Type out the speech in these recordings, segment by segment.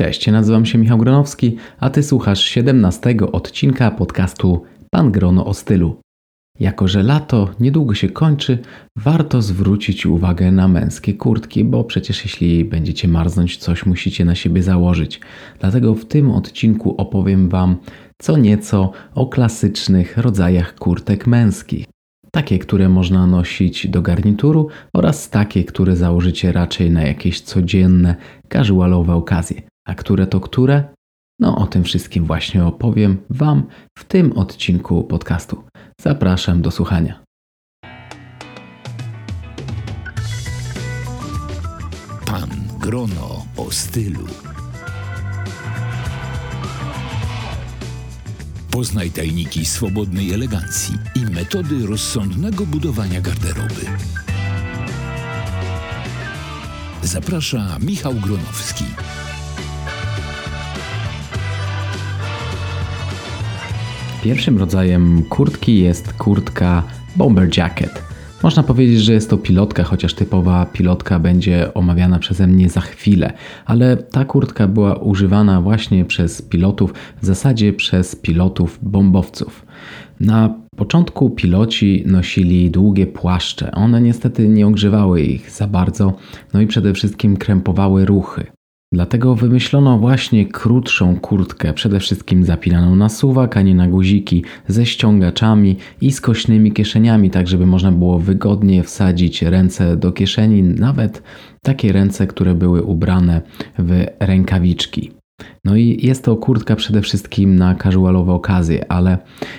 Cześć, nazywam się Michał Gronowski, a Ty słuchasz 17 odcinka podcastu Pan Grono o stylu. Jako że lato niedługo się kończy, warto zwrócić uwagę na męskie kurtki, bo przecież jeśli będziecie marznąć, coś musicie na siebie założyć. Dlatego w tym odcinku opowiem Wam co nieco o klasycznych rodzajach kurtek męskich. Takie, które można nosić do garnituru oraz takie, które założycie raczej na jakieś codzienne, casualowe okazje. A które to które? No o tym wszystkim właśnie opowiem Wam w tym odcinku podcastu. Zapraszam do słuchania. Pan Grono o stylu. Poznaj tajniki swobodnej elegancji i metody rozsądnego budowania garderoby. Zaprasza Michał Gronowski. Pierwszym rodzajem kurtki jest kurtka bomber jacket. Można powiedzieć, że jest to pilotka, chociaż typowa pilotka będzie omawiana przeze mnie za chwilę, ale ta kurtka była używana właśnie przez pilotów, w zasadzie przez pilotów bombowców. Na początku piloci nosili długie płaszcze, one niestety nie ogrzewały ich za bardzo, no i przede wszystkim krępowały ruchy. Dlatego wymyślono właśnie krótszą kurtkę, przede wszystkim zapinaną na suwak, a nie na guziki, ze ściągaczami i skośnymi kieszeniami, tak żeby można było wygodnie wsadzić ręce do kieszeni, nawet takie ręce, które były ubrane w rękawiczki. No i jest to kurtka przede wszystkim na casualowe okazje, ale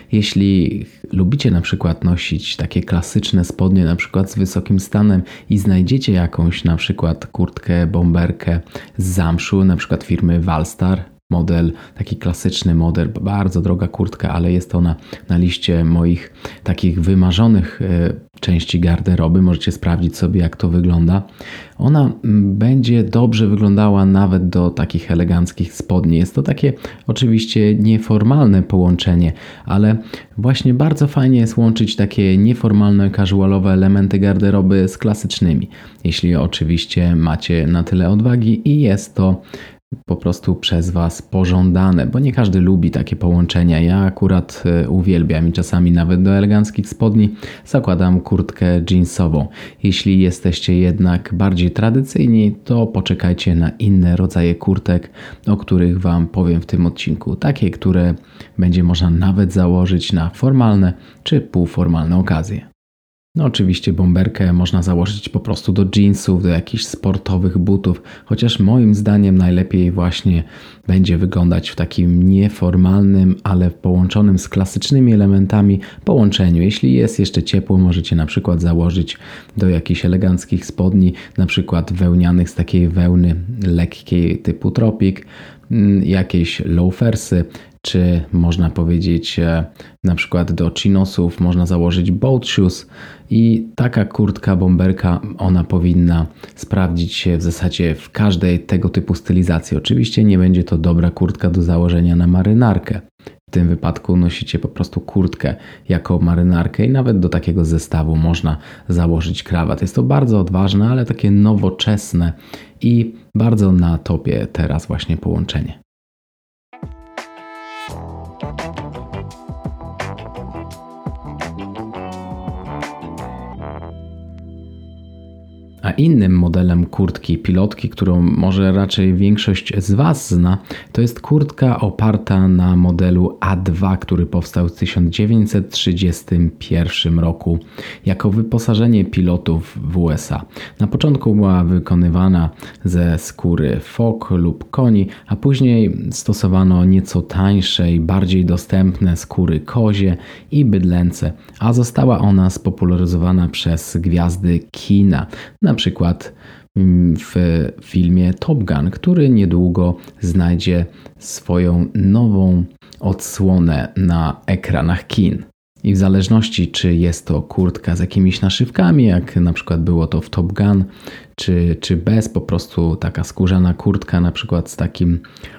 jeśli lubicie na przykład nosić takie klasyczne spodnie, na przykład z wysokim stanem i znajdziecie jakąś na przykład kurtkę bomberkę z zamszu, na przykład firmy Valstar, model, taki klasyczny model, bardzo droga kurtka, ale jest ona na liście moich takich wymarzonych części garderoby. Możecie sprawdzić sobie, jak to wygląda. Ona będzie dobrze wyglądała nawet do takich eleganckich spodni. Jest to takie oczywiście nieformalne połączenie, ale właśnie bardzo fajnie jest łączyć takie nieformalne, casualowe elementy garderoby z klasycznymi. Jeśli oczywiście macie na tyle odwagi i jest to po prostu przez Was pożądane, bo nie każdy lubi takie połączenia. Ja akurat uwielbiam i czasami nawet do eleganckich spodni zakładam kurtkę jeansową. Jeśli jesteście jednak bardziej tradycyjni, to poczekajcie na inne rodzaje kurtek, o których Wam powiem w tym odcinku. Takie, które będzie można nawet założyć na formalne czy półformalne okazje. No oczywiście bomberkę można założyć po prostu do jeansów, do jakichś sportowych butów, chociaż moim zdaniem najlepiej właśnie będzie wyglądać w takim nieformalnym, ale połączonym z klasycznymi elementami połączeniu. Jeśli jest jeszcze ciepło, możecie na przykład założyć do jakichś eleganckich spodni, na przykład wełnianych z takiej wełny lekkiej typu tropik, jakieś loafersy, czy można powiedzieć na przykład do chinosów można założyć boat shoes i taka kurtka bomberka, ona powinna sprawdzić się w zasadzie w każdej tego typu stylizacji. Oczywiście nie będzie to dobra kurtka do założenia na marynarkę. W tym wypadku nosicie po prostu kurtkę jako marynarkę i nawet do takiego zestawu można założyć krawat. Jest to bardzo odważne, ale takie nowoczesne i bardzo na topie teraz właśnie połączenie. A innym modelem kurtki pilotki, którą może raczej większość z Was zna, to jest kurtka oparta na modelu A2, który powstał w 1931 roku jako wyposażenie pilotów w USA. Na początku była wykonywana ze skóry fok lub koni, a później stosowano nieco tańsze i bardziej dostępne skóry kozie i bydlęce, a została ona spopularyzowana przez gwiazdy kina, na przykład w filmie Top Gun, który niedługo znajdzie swoją nową odsłonę na ekranach kin. I w zależności, czy jest to kurtka z jakimiś naszywkami, jak na przykład było to w Top Gun, czy bez, po prostu taka skórzana kurtka, na przykład z takim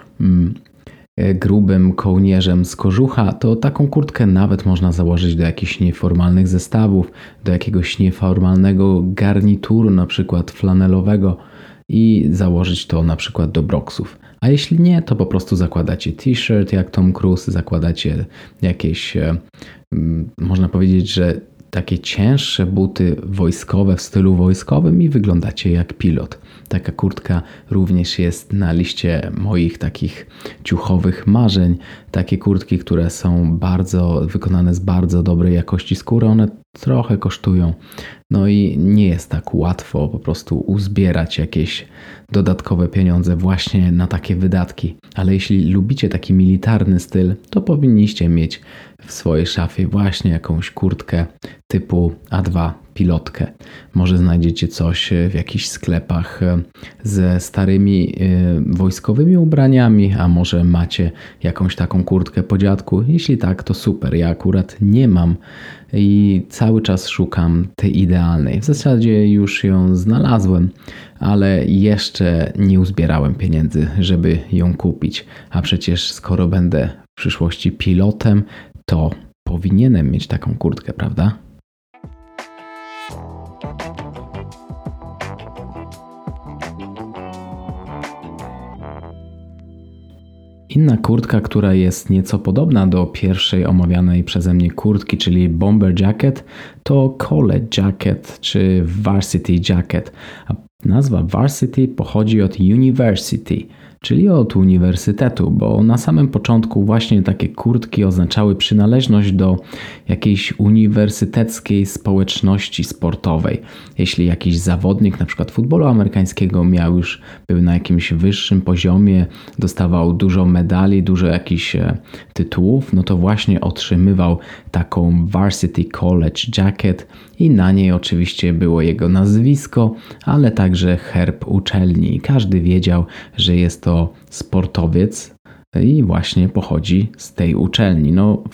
grubym kołnierzem z kożucha, to taką kurtkę nawet można założyć do jakichś nieformalnych zestawów, do jakiegoś nieformalnego garnituru, na przykład flanelowego i założyć to na przykład do broksów. A jeśli nie, to po prostu zakładacie t-shirt jak Tom Cruise, zakładacie jakieś, można powiedzieć, że takie cięższe buty wojskowe w stylu wojskowym i wyglądacie jak pilot. Taka kurtka również jest na liście moich takich ciuchowych marzeń. Takie kurtki, które są wykonane z bardzo dobrej jakości skóry, one trochę kosztują. No i nie jest tak łatwo po prostu uzbierać jakieś dodatkowe pieniądze właśnie na takie wydatki. Ale jeśli lubicie taki militarny styl, to powinniście mieć w swojej szafie właśnie jakąś kurtkę typu A2 pilotkę. Może znajdziecie coś w jakichś sklepach ze starymi wojskowymi ubraniami, a może macie jakąś taką kurtkę po dziadku. Jeśli tak, to super. Ja akurat nie mam i cały czas szukam tej idealnej. W zasadzie już ją znalazłem, ale jeszcze nie uzbierałem pieniędzy, żeby ją kupić. A przecież skoro będę w przyszłości pilotem, to powinienem mieć taką kurtkę, prawda? Inna kurtka, która jest nieco podobna do pierwszej omawianej przeze mnie kurtki, czyli bomber jacket, to college jacket czy varsity jacket. A nazwa varsity pochodzi od university, czyli od uniwersytetu, bo na samym początku właśnie takie kurtki oznaczały przynależność do jakiejś uniwersyteckiej społeczności sportowej. Jeśli jakiś zawodnik na przykład futbolu amerykańskiego był na jakimś wyższym poziomie, dostawał dużo medali, dużo jakichś tytułów, no to właśnie otrzymywał taką varsity college jacket i na niej oczywiście było jego nazwisko, ale także herb uczelni. Każdy wiedział, że jest to sportowiec i właśnie pochodzi z tej uczelni. No,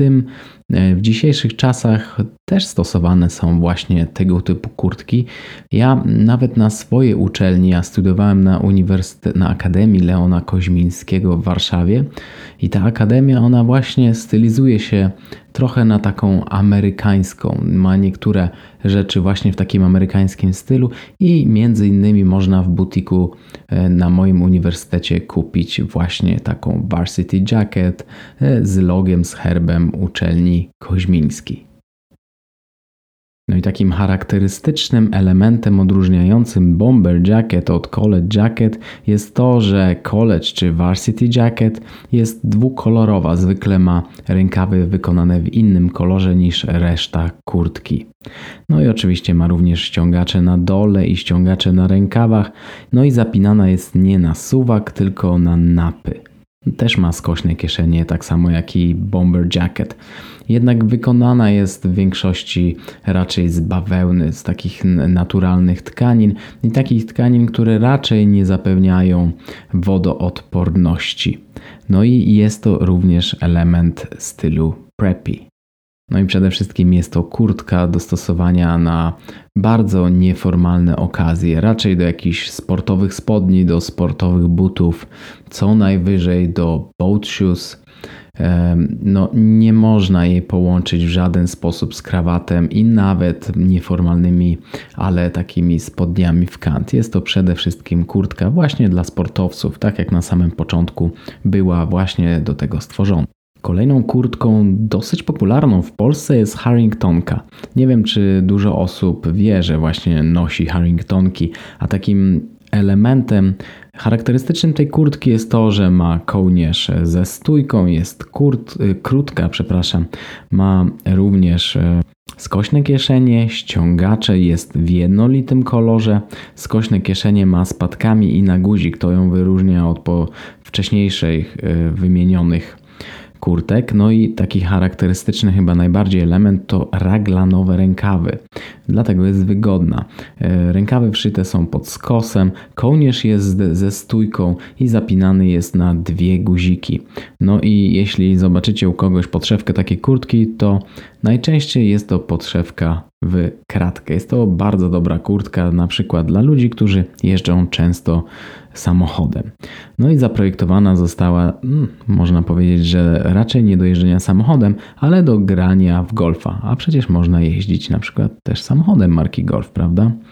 w dzisiejszych czasach też stosowane są właśnie tego typu kurtki. Ja nawet na swojej uczelni, studiowałem na Akademii Leona Koźmińskiego w Warszawie i ta akademia, ona właśnie stylizuje się trochę na taką amerykańską. Ma niektóre rzeczy właśnie w takim amerykańskim stylu i między innymi można w butiku na moim uniwersytecie kupić właśnie taką varsity jacket z logiem, z herbem uczelni Koźmińskiej. No i takim charakterystycznym elementem odróżniającym bomber jacket od college jacket jest to, że college czy varsity jacket jest dwukolorowa. Zwykle ma rękawy wykonane w innym kolorze niż reszta kurtki. No i oczywiście ma również ściągacze na dole i ściągacze na rękawach. No i zapinana jest nie na suwak, tylko na napy. Też ma skośne kieszenie, tak samo jak i bomber jacket. Jednak wykonana jest w większości raczej z bawełny, z takich naturalnych tkanin i takich tkanin, które raczej nie zapewniają wodoodporności. No i jest to również element stylu preppy. No i przede wszystkim jest to kurtka do stosowania na bardzo nieformalne okazje, raczej do jakichś sportowych spodni, do sportowych butów, co najwyżej do boat shoes. No, nie można jej połączyć w żaden sposób z krawatem i nawet nieformalnymi, ale takimi spodniami w kant. Jest to przede wszystkim kurtka właśnie dla sportowców, tak jak na samym początku była właśnie do tego stworzona. Kolejną kurtką dosyć popularną w Polsce jest Harringtonka. Nie wiem, czy dużo osób wie, że właśnie nosi Harringtonki, a takim elementem charakterystycznym tej kurtki jest to, że ma kołnierz ze stójką, jest krótka, ma również skośne kieszenie, ściągacze, jest w jednolitym kolorze. Skośne kieszenie ma z patkami i na guzik, to ją wyróżnia od wcześniejszych wymienionych kurtek. No i taki charakterystyczny chyba najbardziej element to raglanowe rękawy. Dlatego jest wygodna. Rękawy wszyte są pod skosem, kołnierz jest ze stójką i zapinany jest na dwie guziki. No i jeśli zobaczycie u kogoś podszewkę takiej kurtki, to najczęściej jest to podszewka w kratkę. Jest to bardzo dobra kurtka, na przykład dla ludzi, którzy jeżdżą często samochodem. No i zaprojektowana została, można powiedzieć, że raczej nie do jeżdżenia samochodem, ale do grania w golfa. A przecież można jeździć na przykład też samochodem marki Golf, prawda?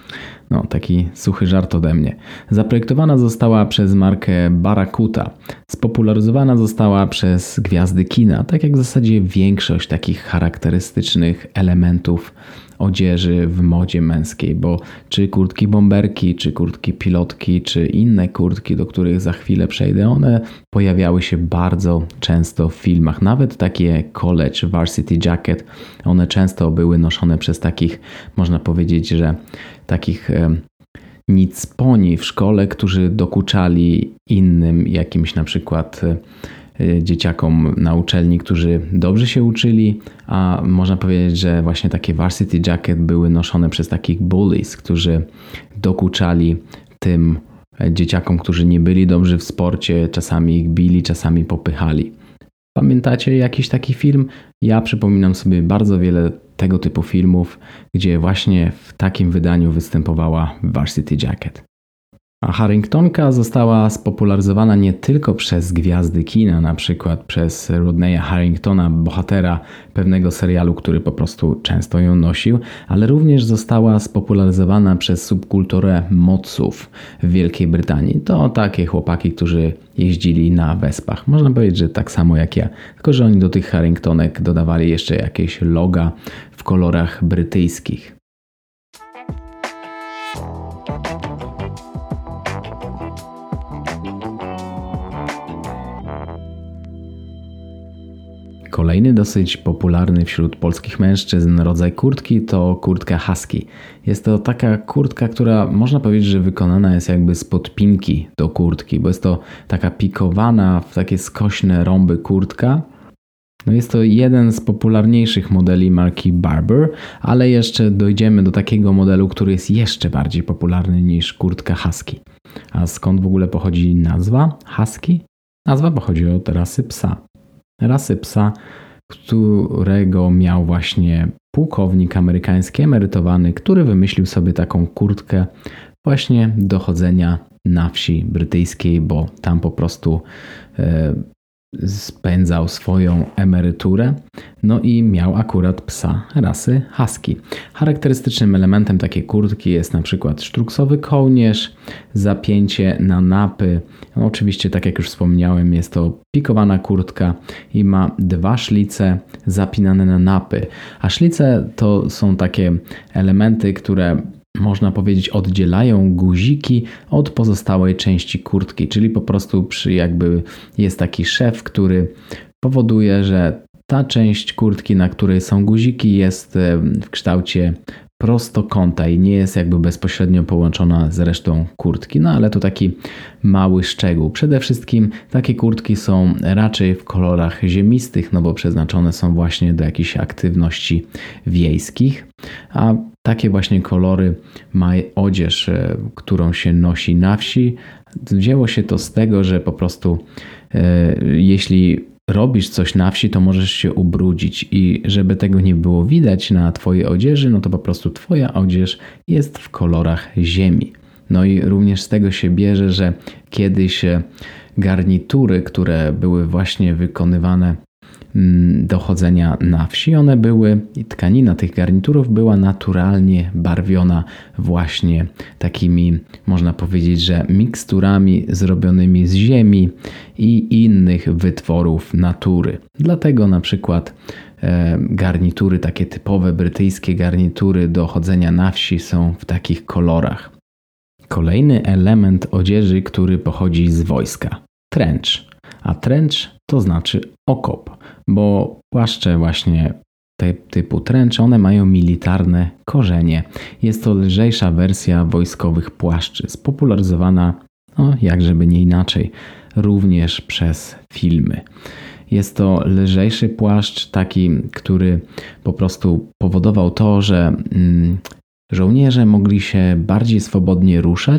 No, taki suchy żart ode mnie. Zaprojektowana została przez markę Barracuda. Spopularyzowana została przez gwiazdy kina, tak jak w zasadzie większość takich charakterystycznych elementów odzieży w modzie męskiej, bo czy kurtki bomberki, czy kurtki pilotki, czy inne kurtki, do których za chwilę przejdę, one pojawiały się bardzo często w filmach. Nawet takie college varsity jacket, one często były noszone przez takich, można powiedzieć, że takich nicponi w szkole, którzy dokuczali innym jakimś na przykład dzieciakom na uczelni, którzy dobrze się uczyli, a można powiedzieć, że właśnie takie varsity jacket były noszone przez takich bullies, którzy dokuczali tym dzieciakom, którzy nie byli dobrzy w sporcie, czasami ich bili, czasami popychali. Pamiętacie jakiś taki film? Ja przypominam sobie bardzo wiele tego typu filmów, gdzie właśnie w takim wydaniu występowała varsity jacket. A Harringtonka została spopularyzowana nie tylko przez gwiazdy kina, na przykład przez Rodneya Harringtona, bohatera pewnego serialu, który po prostu często ją nosił, ale również została spopularyzowana przez subkulturę modsów w Wielkiej Brytanii. To takie chłopaki, którzy jeździli na wespach. Można powiedzieć, że tak samo jak ja, tylko że oni do tych Harringtonek dodawali jeszcze jakieś loga w kolorach brytyjskich. Kolejny dosyć popularny wśród polskich mężczyzn rodzaj kurtki to kurtka husky. Jest to taka kurtka, która można powiedzieć, że wykonana jest jakby z podpinki do kurtki, bo jest to taka pikowana w takie skośne rąby kurtka. No jest to jeden z popularniejszych modeli marki Barbour, ale jeszcze dojdziemy do takiego modelu, który jest jeszcze bardziej popularny niż kurtka husky. A skąd w ogóle pochodzi nazwa husky? Nazwa pochodzi od rasy psa. Rasy psa, którego miał właśnie pułkownik amerykański emerytowany, który wymyślił sobie taką kurtkę właśnie do chodzenia na wsi brytyjskiej, bo tam po prostu spędzał swoją emeryturę, no i miał akurat psa rasy husky. Charakterystycznym elementem takiej kurtki jest na przykład sztruksowy kołnierz, zapięcie na napy. No, oczywiście, tak jak już wspomniałem, jest to pikowana kurtka i ma 2 szlice zapinane na napy. A szlice to są takie elementy, które można powiedzieć oddzielają guziki od pozostałej części kurtki, czyli po prostu jakby jest taki szef, który powoduje, że ta część kurtki, na której są guziki, jest w kształcie prostokąta i nie jest jakby bezpośrednio połączona z resztą kurtki. No ale to taki mały szczegół. Przede wszystkim takie kurtki są raczej w kolorach ziemistych, no bo przeznaczone są właśnie do jakichś aktywności wiejskich, a takie właśnie kolory ma odzież, którą się nosi na wsi. Wzięło się to z tego, że po prostu jeśli robisz coś na wsi, to możesz się ubrudzić i żeby tego nie było widać na twojej odzieży, no to po prostu twoja odzież jest w kolorach ziemi. No i również z tego się bierze, że kiedyś garnitury, które były właśnie wykonywane do chodzenia na wsi, one były, i tkanina tych garniturów była naturalnie barwiona właśnie takimi, można powiedzieć, że miksturami zrobionymi z ziemi i innych wytworów natury. Dlatego na przykład garnitury, takie typowe brytyjskie garnitury do chodzenia na wsi są w takich kolorach. Kolejny element odzieży, który pochodzi z wojska. Trench. A trench to znaczy okop, bo płaszcze właśnie typu trench, one mają militarne korzenie. Jest to lżejsza wersja wojskowych płaszczy, spopularyzowana, no jakżeby nie inaczej, również przez filmy. Jest to lżejszy płaszcz, taki, który po prostu powodował to, że żołnierze mogli się bardziej swobodnie ruszać,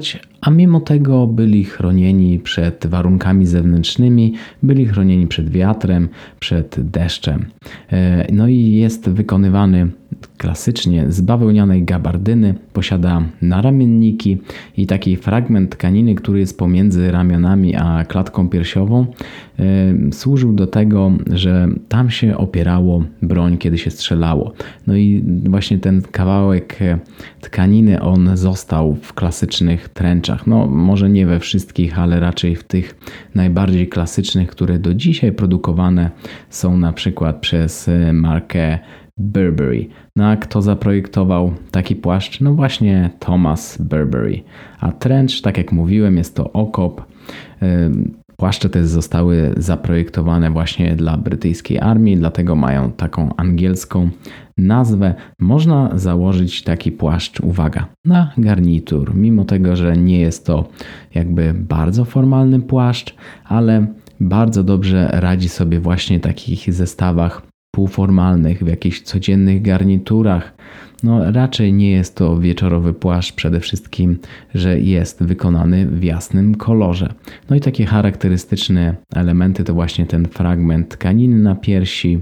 a mimo tego byli chronieni przed warunkami zewnętrznymi, byli chronieni przed wiatrem, przed deszczem. No i jest wykonywany klasycznie z bawełnianej gabardyny, posiada naramienniki i taki fragment tkaniny, który jest pomiędzy ramionami a klatką piersiową, służył do tego, że tam się opierało broń, kiedy się strzelało. No i właśnie ten kawałek tkaniny, on został w klasycznych trenczach. No może nie we wszystkich, ale raczej w tych najbardziej klasycznych, które do dzisiaj produkowane są na przykład przez markę Burberry. No a kto zaprojektował taki płaszcz? No właśnie Thomas Burberry. A trench, tak jak mówiłem, jest to okop. Płaszcze te zostały zaprojektowane właśnie dla brytyjskiej armii, dlatego mają taką angielską nazwę. Można założyć taki płaszcz, uwaga, na garnitur. Mimo tego, że nie jest to jakby bardzo formalny płaszcz, ale bardzo dobrze radzi sobie właśnie w takich zestawach półformalnych, w jakichś codziennych garniturach. No raczej nie jest to wieczorowy płaszcz, przede wszystkim, że jest wykonany w jasnym kolorze. No i takie charakterystyczne elementy to właśnie ten fragment tkaniny na piersi.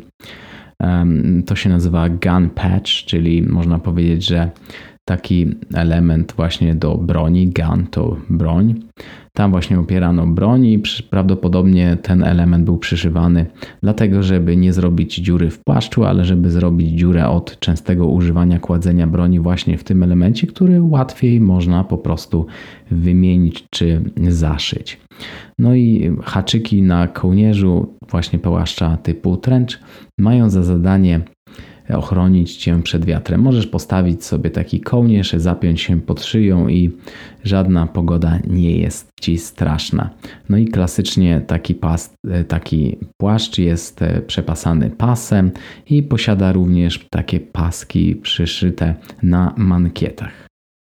To się nazywa gun patch, czyli można powiedzieć, że taki element właśnie do broni, gun to broń. Tam właśnie opierano broń i prawdopodobnie ten element był przyszywany dlatego, żeby nie zrobić dziury w płaszczu, ale żeby zrobić dziurę od częstego używania kładzenia broni właśnie w tym elemencie, który łatwiej można po prostu wymienić czy zaszyć. No i haczyki na kołnierzu właśnie płaszcza typu trench mają za zadanie ochronić Cię przed wiatrem. Możesz postawić sobie taki kołnierz, zapiąć się pod szyją i żadna pogoda nie jest Ci straszna. No i klasycznie taki płaszcz jest przepasany pasem i posiada również takie paski przyszyte na mankietach.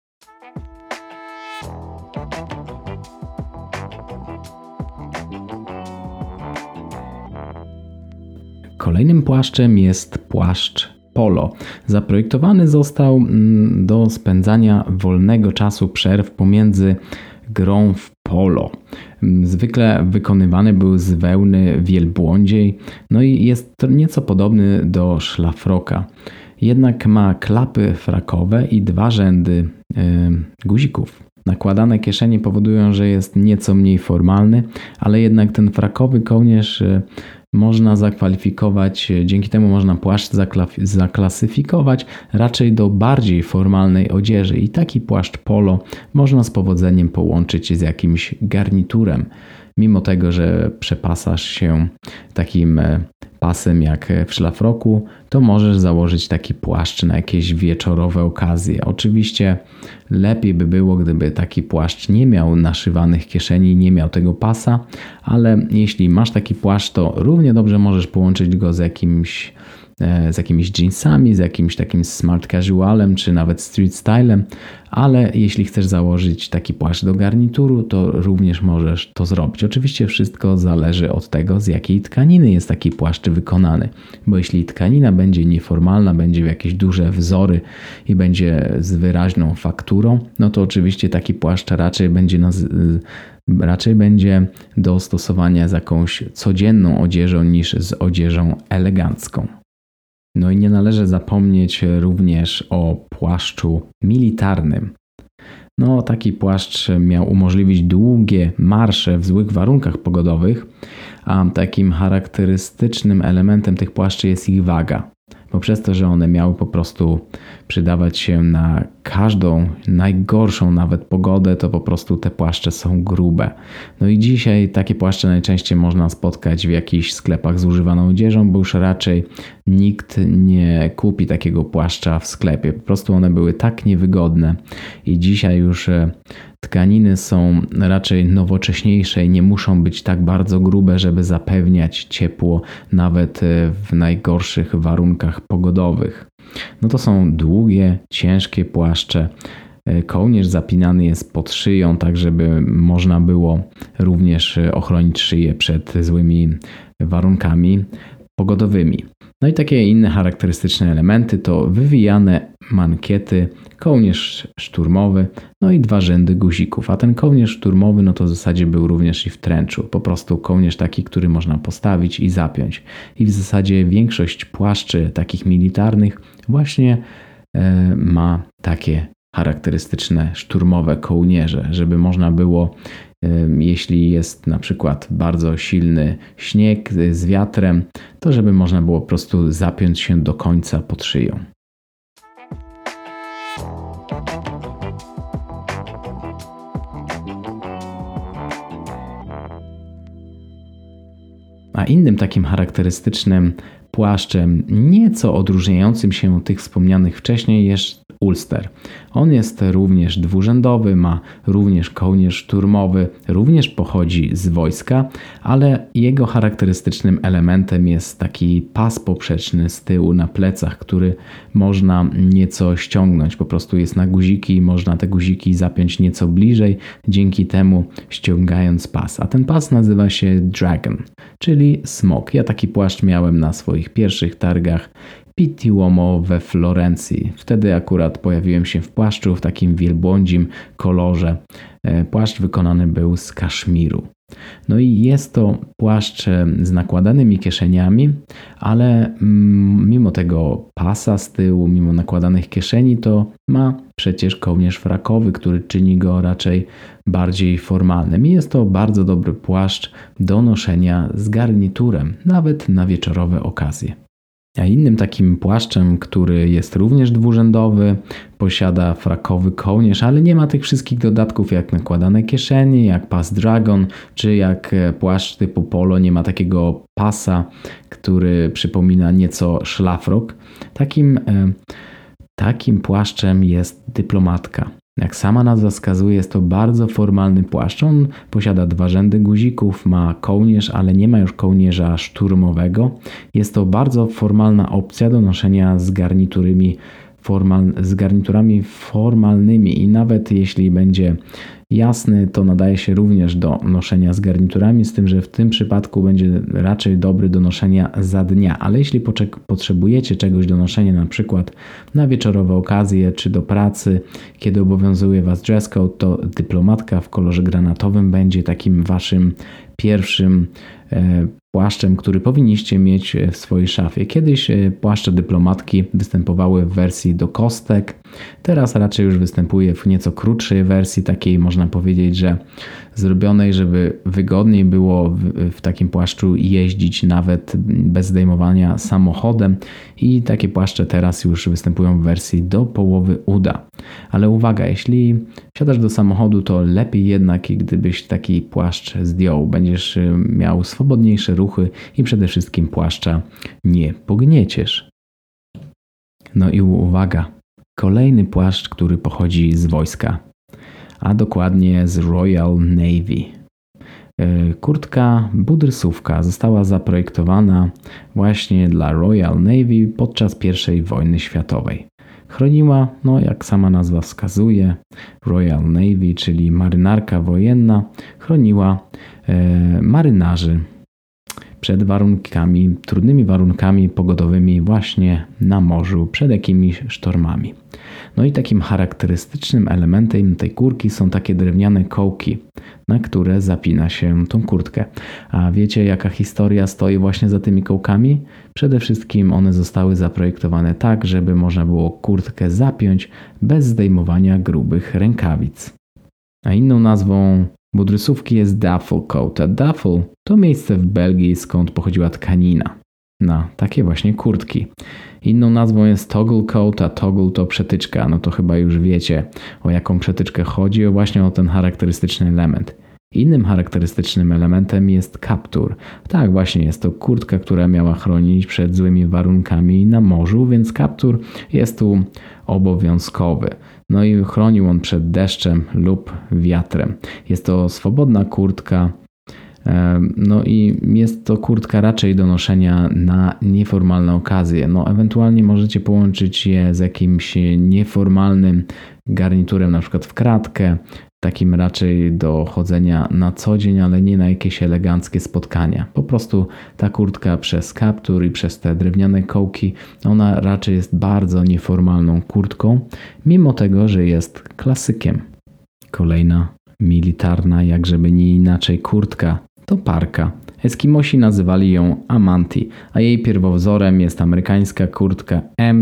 Kolejnym płaszczem jest płaszcz polo. Zaprojektowany został do spędzania wolnego czasu przerw pomiędzy grą w polo. Zwykle wykonywany był z wełny wielbłądziej, no i jest to nieco podobny do szlafroka. Jednak ma klapy frakowe i 2 rzędy guzików. Nakładane kieszenie powodują, że jest nieco mniej formalny, ale jednak ten frakowy kołnierz można zakwalifikować, dzięki temu można płaszcz zaklasyfikować raczej do bardziej formalnej odzieży i taki płaszcz polo można z powodzeniem połączyć z jakimś garniturem. Mimo tego, że przepasasz się takim pasem jak w szlafroku, to możesz założyć taki płaszcz na jakieś wieczorowe okazje. Oczywiście lepiej by było, gdyby taki płaszcz nie miał naszywanych kieszeni, nie miał tego pasa, ale jeśli masz taki płaszcz, to równie dobrze możesz połączyć go z jakimiś jeansami, z jakimś takim smart casualem, czy nawet street stylem, ale jeśli chcesz założyć taki płaszcz do garnituru, to również możesz to zrobić. Oczywiście wszystko zależy od tego, z jakiej tkaniny jest taki płaszcz wykonany, bo jeśli tkanina będzie nieformalna, będzie w jakieś duże wzory i będzie z wyraźną fakturą, no to oczywiście taki płaszcz raczej będzie do stosowania z jakąś codzienną odzieżą niż z odzieżą elegancką. No i nie należy zapomnieć również o płaszczu militarnym. No, taki płaszcz miał umożliwić długie marsze w złych warunkach pogodowych, a takim charakterystycznym elementem tych płaszczy jest ich waga. Bo przez to, że one miały po prostu przydawać się na każdą, najgorszą nawet pogodę, to po prostu te płaszcze są grube. No i dzisiaj takie płaszcze najczęściej można spotkać w jakichś sklepach z używaną odzieżą, bo już raczej nikt nie kupi takiego płaszcza w sklepie. Po prostu one były tak niewygodne i dzisiaj już tkaniny są raczej nowocześniejsze i nie muszą być tak bardzo grube, żeby zapewniać ciepło nawet w najgorszych warunkach pogodowych. No to są długie, ciężkie płaszcze. Kołnierz zapinany jest pod szyją, tak żeby można było również ochronić szyję przed złymi warunkami pogodowymi. No i takie inne charakterystyczne elementy to wywijane mankiety, kołnierz szturmowy, no i 2 rzędy guzików. A ten kołnierz szturmowy no to w zasadzie był również i w trenchu. Po prostu kołnierz taki, który można postawić i zapiąć. I w zasadzie większość płaszczy takich militarnych właśnie ma takie charakterystyczne szturmowe kołnierze, żeby można było, jeśli jest na przykład bardzo silny śnieg z wiatrem, to żeby można było po prostu zapiąć się do końca pod szyją. A innym takim charakterystycznym płaszczem, nieco odróżniającym się od tych wspomnianych wcześniej, jest ulster. On jest również dwurzędowy, ma również kołnierz szturmowy, również pochodzi z wojska, ale jego charakterystycznym elementem jest taki pas poprzeczny z tyłu na plecach, który można nieco ściągnąć. Po prostu jest na guziki i można te guziki zapiąć nieco bliżej, dzięki temu ściągając pas. A ten pas nazywa się dragon, czyli smok. Ja taki płaszcz miałem na swoich pierwszych targach Pitti Uomo we Florencji. Wtedy akurat pojawiłem się w płaszczu w takim wielbłądzim kolorze. Płaszcz wykonany był z kaszmiru. No i jest to płaszcz z nakładanymi kieszeniami, ale mimo tego pasa z tyłu, mimo nakładanych kieszeni, to ma przecież kołnierz frakowy, który czyni go raczej bardziej formalnym. I jest to bardzo dobry płaszcz do noszenia z garniturem, nawet na wieczorowe okazje. A innym takim płaszczem, który jest również dwurzędowy, posiada frakowy kołnierz, ale nie ma tych wszystkich dodatków jak nakładane kieszenie, jak pas Dragon, czy jak płaszcz typu polo, nie ma takiego pasa, który przypomina nieco szlafrok. Takim płaszczem jest dyplomatka. Jak sama nazwa wskazuje, jest to bardzo formalny płaszcz. On posiada 2 rzędy guzików, ma kołnierz, ale nie ma już kołnierza szturmowego. Jest to bardzo formalna opcja do noszenia z garniturami formalnymi i nawet jeśli będzie jasny, to nadaje się również do noszenia z garniturami, z tym, że w tym przypadku będzie raczej dobry do noszenia za dnia. Ale jeśli potrzebujecie czegoś do noszenia na przykład na wieczorowe okazje czy do pracy, kiedy obowiązuje Was dress code, to dyplomatka w kolorze granatowym będzie takim Waszym pierwszym płaszczem, który powinniście mieć w swojej szafie. Kiedyś płaszcze dyplomatki występowały w wersji do kostek, teraz raczej już występuje w nieco krótszej wersji, takiej można powiedzieć, że zrobionej, żeby wygodniej było w takim płaszczu jeździć nawet bez zdejmowania samochodem i takie płaszcze teraz już występują w wersji do połowy uda. Ale uwaga, jeśli wsiadasz do samochodu, to lepiej jednak, gdybyś taki płaszcz zdjął. Będziesz miał swobodniejsze ruchy i przede wszystkim płaszcza nie pognieciesz. No i uwaga, kolejny płaszcz, który pochodzi z wojska, a dokładnie z Royal Navy. Kurtka budrysówka została zaprojektowana właśnie dla Royal Navy podczas I wojny światowej. Chroniła, jak sama nazwa wskazuje, Royal Navy, czyli marynarka wojenna, chroniła marynarzy przed trudnymi warunkami pogodowymi właśnie na morzu, przed jakimiś sztormami. No i takim charakterystycznym elementem tej kurtki są takie drewniane kołki, na które zapina się tą kurtkę. A wiecie, jaka historia stoi właśnie za tymi kołkami? Przede wszystkim one zostały zaprojektowane tak, żeby można było kurtkę zapiąć bez zdejmowania grubych rękawic. A inną nazwą budrysówki jest duffel coat. A duffel to miejsce w Belgii, skąd pochodziła tkanina na takie właśnie kurtki. Inną nazwą jest toggle coat, a toggle to przetyczka. No to chyba już wiecie, o jaką przetyczkę chodzi, właśnie o ten charakterystyczny element. Innym charakterystycznym elementem jest kaptur. Tak, właśnie jest to kurtka, która miała chronić przed złymi warunkami na morzu, więc kaptur jest tu obowiązkowy. No i chronił on przed deszczem lub wiatrem. Jest to swobodna kurtka. No i jest to kurtka raczej do noszenia na nieformalne okazje. Ewentualnie możecie połączyć je z jakimś nieformalnym garniturem, na przykład w kratkę. takim raczej do chodzenia na co dzień, ale nie na jakieś eleganckie spotkania. Po prostu ta kurtka przez kaptur i przez te drewniane kołki, ona raczej jest bardzo nieformalną kurtką, mimo tego, że jest klasykiem. Kolejna militarna, jak żeby nie inaczej kurtka, to parka. Eskimosi nazywali ją Amanti, a jej pierwowzorem jest amerykańska kurtka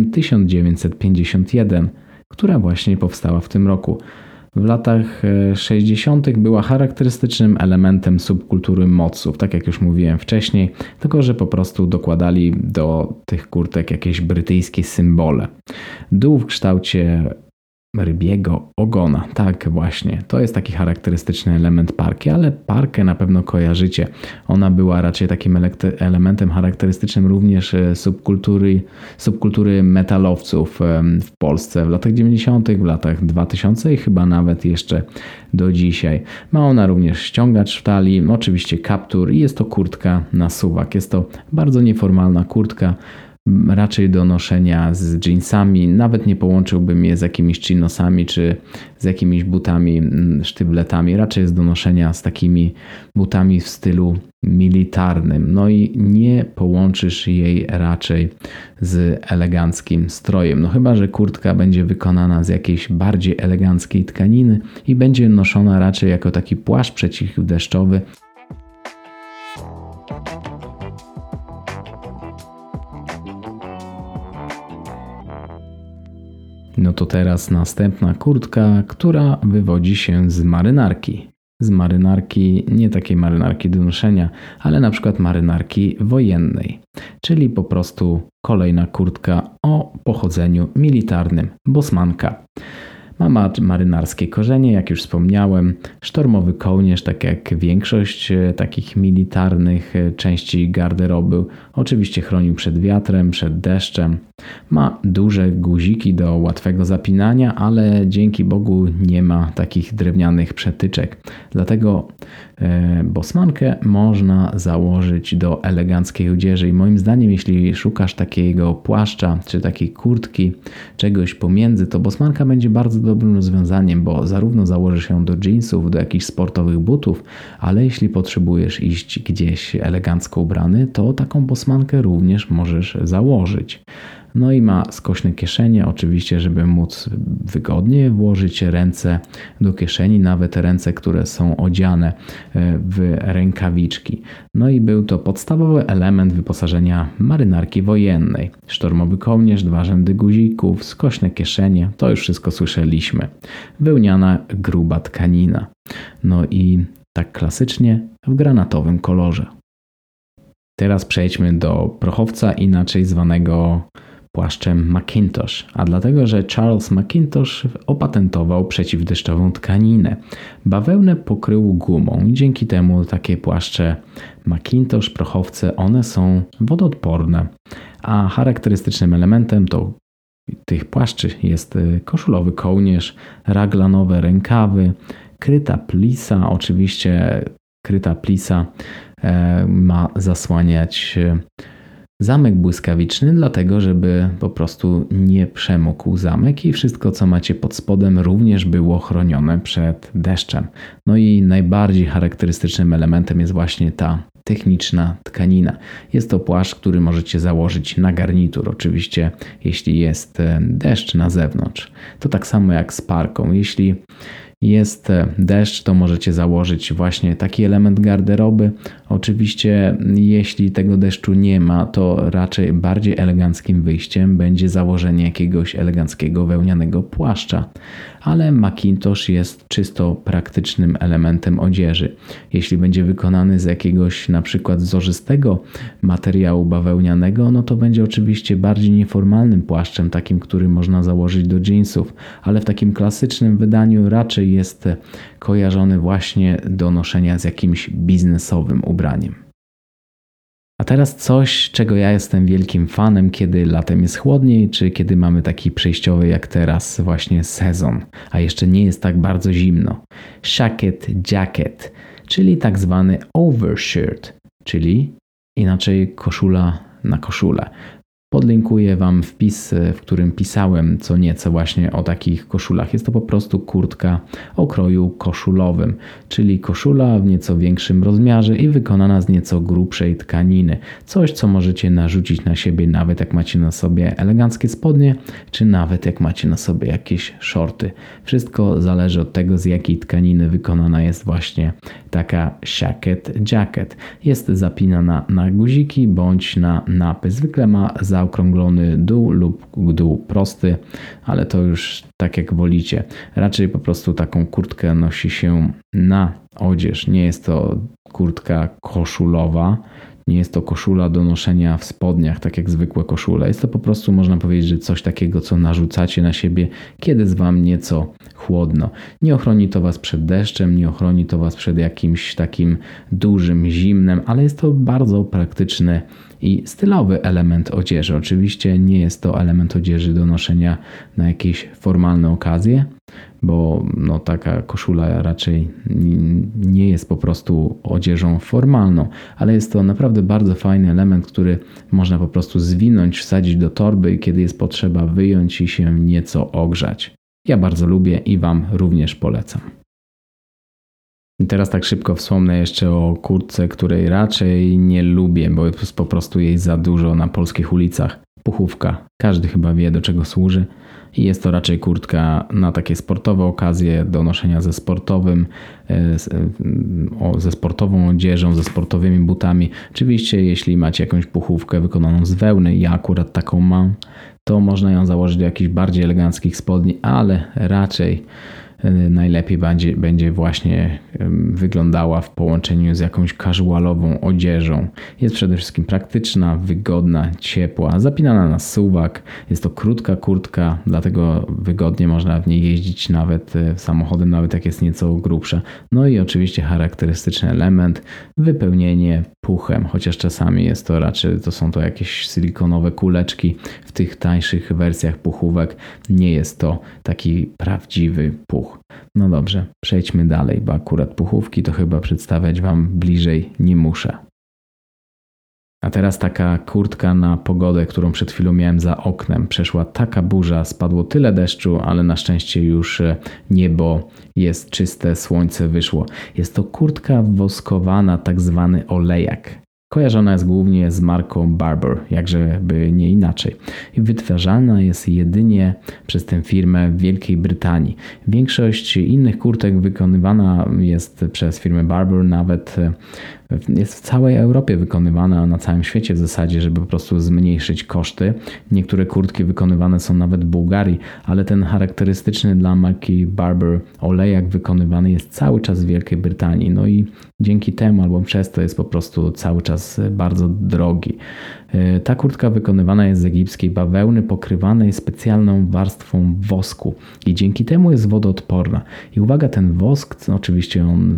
M1951, która właśnie powstała w tym roku. W latach 60. była charakterystycznym elementem subkultury modsów, tak jak już mówiłem wcześniej, tylko że po prostu dokładali do tych kurtek jakieś brytyjskie symbole. Dół w kształcie rybiego ogona. Tak właśnie, to jest taki charakterystyczny element parki, ale parkę na pewno kojarzycie. Ona była raczej takim elementem charakterystycznym również subkultury metalowców w Polsce w latach 90., w latach 2000 i chyba nawet jeszcze do dzisiaj. Ma ona również ściągacz w talii, oczywiście kaptur i jest to kurtka na suwak. Jest to bardzo nieformalna kurtka, raczej do noszenia z jeansami, nawet nie połączyłbym je z jakimiś chinosami czy z jakimiś butami, sztywletami, raczej jest do noszenia z takimi butami w stylu militarnym. No i nie połączysz jej raczej z eleganckim strojem. No chyba, że kurtka będzie wykonana z jakiejś bardziej eleganckiej tkaniny i będzie noszona raczej jako taki płaszcz przeciwdeszczowy. No to teraz następna kurtka, która wywodzi się z marynarki. Z marynarki, nie takiej marynarki do noszenia, ale na przykład marynarki wojennej. Czyli po prostu kolejna kurtka o pochodzeniu militarnym, bosmanka. Ma marynarskie korzenie, jak już wspomniałem, sztormowy kołnierz, tak jak większość takich militarnych części garderoby. Oczywiście chronił przed wiatrem, przed deszczem. Ma duże guziki do łatwego zapinania, ale dzięki Bogu nie ma takich drewnianych przetyczek. Dlatego bosmankę można założyć do eleganckiej odzieży i moim zdaniem, jeśli szukasz takiego płaszcza czy takiej kurtki, czegoś pomiędzy, to bosmanka będzie bardzo dobrym rozwiązaniem, bo zarówno założysz ją do jeansów, do jakichś sportowych butów, ale jeśli potrzebujesz iść gdzieś elegancko ubrany, to taką bosmankę również możesz założyć. No i ma skośne kieszenie, oczywiście, żeby móc wygodnie włożyć ręce do kieszeni, nawet ręce, które są odziane w rękawiczki. No i był to podstawowy element wyposażenia marynarki wojennej. Sztormowy kołnierz, 2 rzędy guzików, skośne kieszenie, to już wszystko słyszeliśmy. Wełniana, gruba tkanina. No i tak klasycznie w granatowym kolorze. Teraz przejdźmy do prochowca, inaczej zwanego płaszczem Macintosh, a dlatego, że Charles Macintosh opatentował przeciwdeszczową tkaninę. Bawełnę pokrył gumą i dzięki temu takie płaszcze Macintosh, prochowce, one są wodoodporne, a charakterystycznym elementem tych płaszczy jest koszulowy kołnierz, raglanowe rękawy, kryta plisa. Oczywiście kryta plisa ma zasłaniać zamek błyskawiczny, dlatego żeby po prostu nie przemógł zamek i wszystko, co macie pod spodem, również było chronione przed deszczem. No i najbardziej charakterystycznym elementem jest właśnie ta techniczna tkanina. Jest to płaszcz, który możecie założyć na garnitur. Oczywiście, jeśli jest deszcz na zewnątrz. To tak samo jak z parką. Jeśli jest deszcz, to możecie założyć właśnie taki element garderoby. Oczywiście, jeśli tego deszczu nie ma, to raczej bardziej eleganckim wyjściem będzie założenie jakiegoś eleganckiego wełnianego płaszcza. Ale Macintosh jest czysto praktycznym elementem odzieży. Jeśli będzie wykonany z jakiegoś na przykład wzorzystego materiału bawełnianego, no to będzie oczywiście bardziej nieformalnym płaszczem, takim, który można założyć do jeansów, ale w takim klasycznym wydaniu raczej jest kojarzony właśnie do noszenia z jakimś biznesowym ubraniem. A teraz coś, czego ja jestem wielkim fanem, kiedy latem jest chłodniej, czy kiedy mamy taki przejściowy jak teraz właśnie sezon, a jeszcze nie jest tak bardzo zimno. Shacket jacket, czyli tak zwany overshirt, czyli inaczej koszula na koszulę. Podlinkuję Wam wpis, w którym pisałem co nieco właśnie o takich koszulach. Jest to po prostu kurtka o kroju koszulowym, czyli koszula w nieco większym rozmiarze i wykonana z nieco grubszej tkaniny. Coś, co możecie narzucić na siebie nawet jak macie na sobie eleganckie spodnie, czy nawet jak macie na sobie jakieś shorty. Wszystko zależy od tego, z jakiej tkaniny wykonana jest właśnie taka shacket jacket. Jest zapinana na guziki bądź na napy. Zwykle ma zaokrąglony dół lub dół prosty, ale to już tak jak wolicie. Raczej po prostu taką kurtkę nosi się na odzież. Nie jest to kurtka koszulowa. Nie jest to koszula do noszenia w spodniach, tak jak zwykłe koszule. Jest to po prostu, można powiedzieć, że coś takiego, co narzucacie na siebie, kiedy jest Wam nieco chłodno. Nie ochroni to Was przed deszczem, nie ochroni to Was przed jakimś takim dużym zimnem, ale jest to bardzo praktyczny i stylowy element odzieży. Oczywiście nie jest to element odzieży do noszenia na jakieś formalne okazje, bo taka koszula raczej nie jest po prostu odzieżą formalną, ale jest to naprawdę bardzo fajny element, który można po prostu zwinąć, wsadzić do torby i kiedy jest potrzeba wyjąć i się nieco ogrzać. Ja bardzo lubię i Wam również polecam. I teraz tak szybko wspomnę jeszcze o kurtce, której raczej nie lubię, bo jest po prostu jej za dużo na polskich ulicach. Puchówka. Każdy chyba wie, do czego służy. I jest to raczej kurtka na takie sportowe okazje, do noszenia ze sportową odzieżą, ze sportowymi butami. Oczywiście jeśli macie jakąś puchówkę wykonaną z wełny, ja akurat taką mam, to można ją założyć do jakichś bardziej eleganckich spodni, ale raczej najlepiej będzie właśnie wyglądała w połączeniu z jakąś casualową odzieżą. Jest przede wszystkim praktyczna, wygodna, ciepła, zapinana na suwak. Jest to krótka kurtka, dlatego wygodnie można w niej jeździć nawet samochodem, nawet jak jest nieco grubsza. No i oczywiście charakterystyczny element, wypełnienie puchem, chociaż czasami jest to raczej, są to jakieś silikonowe kuleczki w tych tańszych wersjach puchówek. Nie jest to taki prawdziwy puch. No dobrze, przejdźmy dalej, bo akurat puchówki to chyba przedstawiać Wam bliżej nie muszę. A teraz taka kurtka na pogodę, którą przed chwilą miałem za oknem. Przeszła taka burza, spadło tyle deszczu, ale na szczęście już niebo jest czyste, słońce wyszło. Jest to kurtka woskowana, tak zwany olejak. Kojarzona jest głównie z marką Barbour, jakżeby nie inaczej. I wytwarzana jest jedynie przez tę firmę w Wielkiej Brytanii. Większość innych kurtek wykonywana jest przez firmę Barbour, nawet jest w całej Europie wykonywana, na całym świecie w zasadzie, żeby po prostu zmniejszyć koszty. Niektóre kurtki wykonywane są nawet w Bułgarii, ale ten charakterystyczny dla marki Barbour olejak wykonywany jest cały czas w Wielkiej Brytanii. No i dzięki temu albo przez to jest po prostu cały czas bardzo drogi. Ta kurtka wykonywana jest z egipskiej bawełny pokrywanej specjalną warstwą wosku i dzięki temu jest wodoodporna. I uwaga, ten wosk, oczywiście on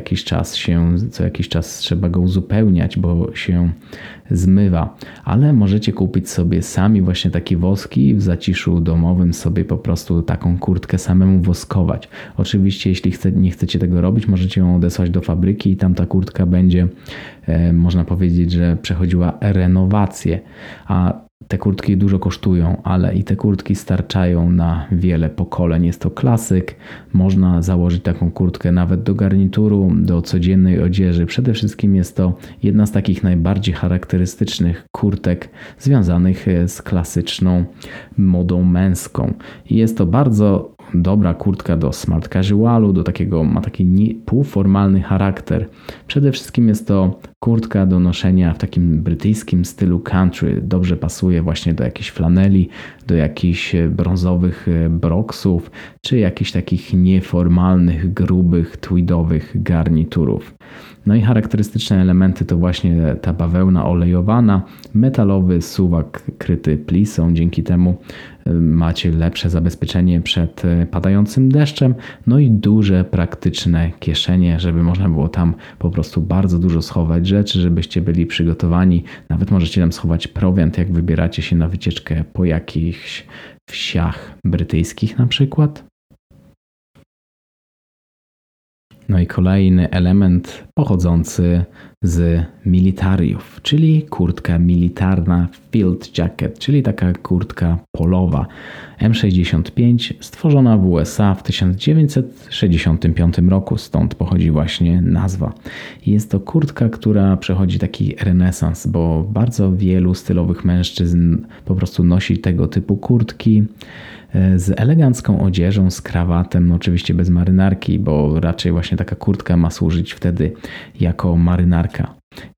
co jakiś czas trzeba go uzupełniać, bo się zmywa, ale możecie kupić sobie sami właśnie takie woski i w zaciszu domowym sobie po prostu taką kurtkę samemu woskować. Oczywiście jeśli nie chcecie tego robić, możecie ją odesłać do fabryki i tam ta kurtka będzie, można powiedzieć, że przechodziła renowację, a te kurtki dużo kosztują, ale i te kurtki starczają na wiele pokoleń. Jest to klasyk. Można założyć taką kurtkę nawet do garnituru, do codziennej odzieży. Przede wszystkim jest to jedna z takich najbardziej charakterystycznych kurtek związanych z klasyczną modą męską. I jest to bardzo dobra kurtka do smart casualu, ma taki półformalny charakter. Przede wszystkim jest to kurtka do noszenia w takim brytyjskim stylu country. Dobrze pasuje właśnie do jakichś flaneli, do jakichś brązowych broksów, czy jakichś takich nieformalnych, grubych, tweedowych garniturów. No i charakterystyczne elementy to właśnie ta bawełna olejowana, metalowy suwak kryty plisą. Dzięki temu macie lepsze zabezpieczenie przed padającym deszczem. No i duże, praktyczne kieszenie, żeby można było tam po prostu bardzo dużo schować rzeczy, żebyście byli przygotowani. Nawet możecie tam schować prowiant, jak wybieracie się na wycieczkę po jakichś wsiach brytyjskich na przykład. No i kolejny element pochodzący z militariów, czyli kurtka militarna Field Jacket, czyli taka kurtka polowa M65 stworzona w USA w 1965 roku, stąd pochodzi właśnie nazwa. Jest to kurtka, która przechodzi taki renesans, bo bardzo wielu stylowych mężczyzn po prostu nosi tego typu kurtki z elegancką odzieżą, z krawatem, no oczywiście bez marynarki, bo raczej właśnie taka kurtka ma służyć wtedy jako marynarka.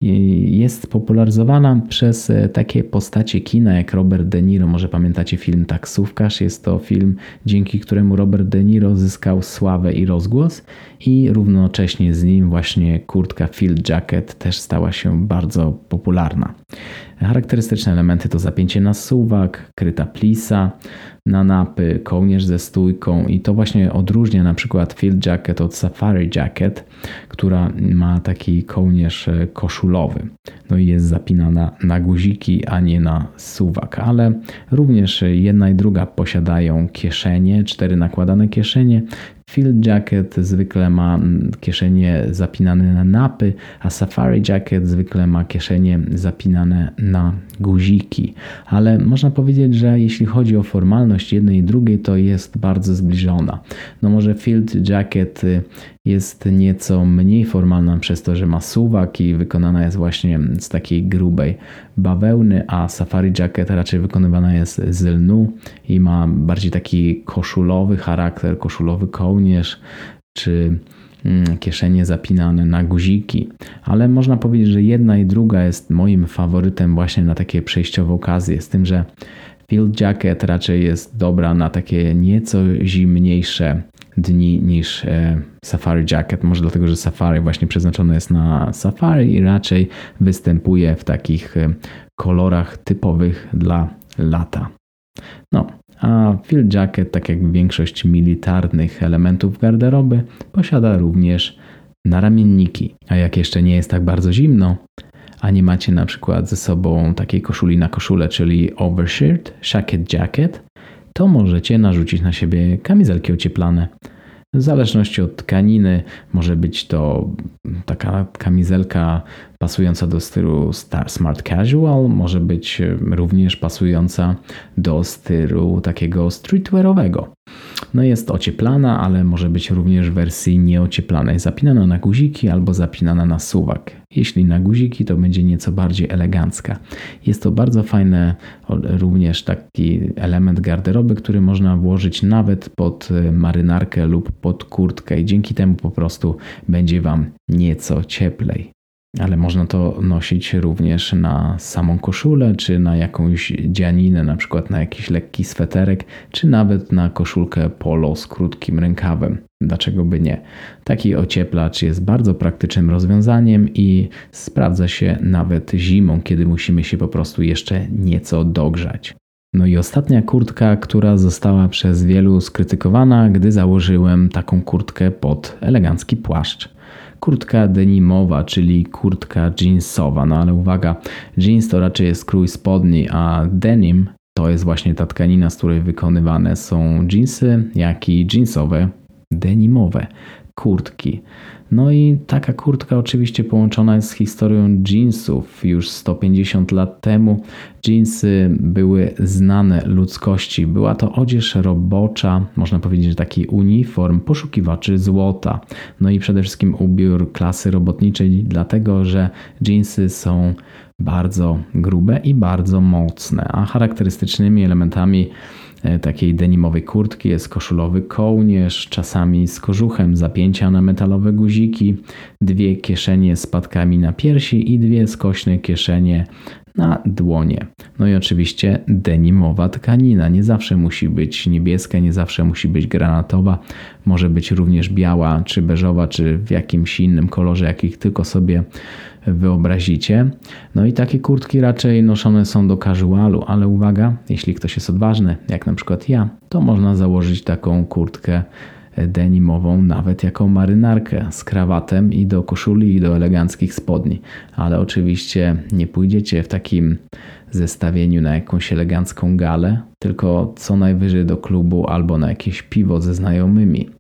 Jest popularyzowana przez takie postacie kina jak Robert De Niro. Może pamiętacie film Taksówkarz? Jest to film, dzięki któremu Robert De Niro zyskał sławę i rozgłos i równocześnie z nim właśnie kurtka Field Jacket też stała się bardzo popularna. Charakterystyczne elementy to zapięcie na suwak, kryta plisa, na napy, kołnierz ze stójką i to właśnie odróżnia na przykład Field Jacket od Safari Jacket, która ma taki kołnierz koszulowy. No i jest zapinana na guziki, a nie na suwak, ale również jedna i druga posiadają kieszenie, 4 nakładane kieszenie. Field Jacket zwykle ma kieszenie zapinane na napy, a Safari Jacket zwykle ma kieszenie zapinane na guziki. Ale można powiedzieć, że jeśli chodzi o formalność jednej i drugiej, to jest bardzo zbliżona. No może Field Jacket jest nieco mniej formalna przez to, że ma suwak i wykonana jest właśnie z takiej grubej bawełny, a Safari Jacket raczej wykonywana jest z lnu i ma bardziej taki koszulowy charakter, koszulowy kołnierz czy kieszenie zapinane na guziki. Ale można powiedzieć, że jedna i druga jest moim faworytem właśnie na takie przejściowe okazje, z tym, że Field Jacket raczej jest dobra na takie nieco zimniejsze dni niż Safari Jacket. Może dlatego, że Safari właśnie przeznaczone jest na safari i raczej występuje w takich kolorach typowych dla lata. No, a Field Jacket, tak jak większość militarnych elementów garderoby, posiada również naramienniki. A jak jeszcze nie jest tak bardzo zimno, a nie macie na przykład ze sobą takiej koszuli na koszulę, czyli overshirt, shacket jacket, to możecie narzucić na siebie kamizelki ocieplane. W zależności od tkaniny może być to taka kamizelka pasująca do stylu smart casual, może być również pasująca do stylu takiego streetwearowego. No jest ocieplana, ale może być również w wersji nieocieplanej, zapinana na guziki albo zapinana na suwak. Jeśli na guziki, to będzie nieco bardziej elegancka. Jest to bardzo fajny również taki element garderoby, który można włożyć nawet pod marynarkę lub pod kurtkę i dzięki temu po prostu będzie Wam nieco cieplej. Ale można to nosić również na samą koszulę, czy na jakąś dzianinę, na przykład na jakiś lekki sweterek, czy nawet na koszulkę polo z krótkim rękawem. Dlaczego by nie? Taki ocieplacz jest bardzo praktycznym rozwiązaniem i sprawdza się nawet zimą, kiedy musimy się po prostu jeszcze nieco dogrzać. No i ostatnia kurtka, która została przez wielu skrytykowana, gdy założyłem taką kurtkę pod elegancki płaszcz. Kurtka denimowa, czyli kurtka jeansowa. No ale uwaga, jeans to raczej jest krój spodni, a denim to jest właśnie ta tkanina, z której wykonywane są jeansy, jak i jeansowe, denimowe kurtki. No i taka kurtka oczywiście połączona jest z historią jeansów. Już 150 lat temu jeansy były znane ludzkości. Była to odzież robocza, można powiedzieć, że taki uniform poszukiwaczy złota. No i przede wszystkim ubiór klasy robotniczej, dlatego że jeansy są bardzo grube i bardzo mocne, a charakterystycznymi elementami takiej denimowej kurtki jest koszulowy kołnierz, czasami z kożuchem, zapięcia na metalowe guziki, 2 kieszenie z patkami na piersi i 2 skośne kieszenie na dłonie. No i oczywiście denimowa tkanina. Nie zawsze musi być niebieska, nie zawsze musi być granatowa. Może być również biała, czy beżowa, czy w jakimś innym kolorze, jakich tylko sobie wyobrazicie. No i takie kurtki raczej noszone są do casualu, ale uwaga, jeśli ktoś jest odważny, jak na przykład ja, to można założyć taką kurtkę denimową nawet jako marynarkę z krawatem i do koszuli i do eleganckich spodni. Ale oczywiście nie pójdziecie w takim zestawieniu na jakąś elegancką galę, tylko co najwyżej do klubu albo na jakieś piwo ze znajomymi.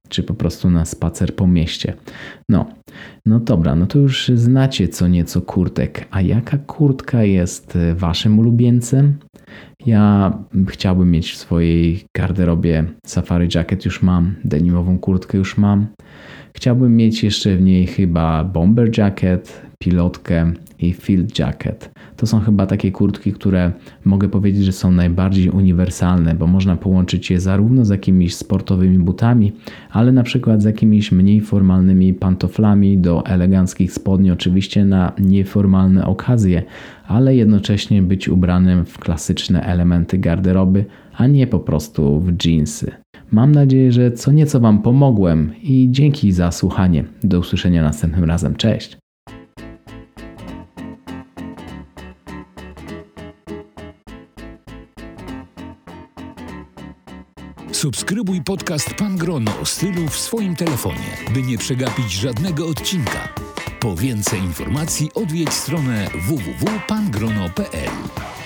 czy po prostu na spacer po mieście. No dobra, no to już znacie co nieco kurtek. A jaka kurtka jest waszym ulubieńcem? Ja chciałbym mieć w swojej garderobie safari jacket, już mam, denimową kurtkę już mam. Chciałbym mieć jeszcze w niej chyba bomber jacket, pilotkę i field jacket. To są chyba takie kurtki, które mogę powiedzieć, że są najbardziej uniwersalne, bo można połączyć je zarówno z jakimiś sportowymi butami, ale na przykład z jakimiś mniej formalnymi pantoflami do eleganckich spodni, oczywiście na nieformalne okazje, ale jednocześnie być ubranym w klasyczne elementy garderoby, a nie po prostu w dżinsy. Mam nadzieję, że co nieco Wam pomogłem i dzięki za słuchanie. Do usłyszenia następnym razem. Cześć! Subskrybuj podcast Pan Grono o stylu w swoim telefonie, by nie przegapić żadnego odcinka. Po więcej informacji odwiedź stronę www.pangrono.pl.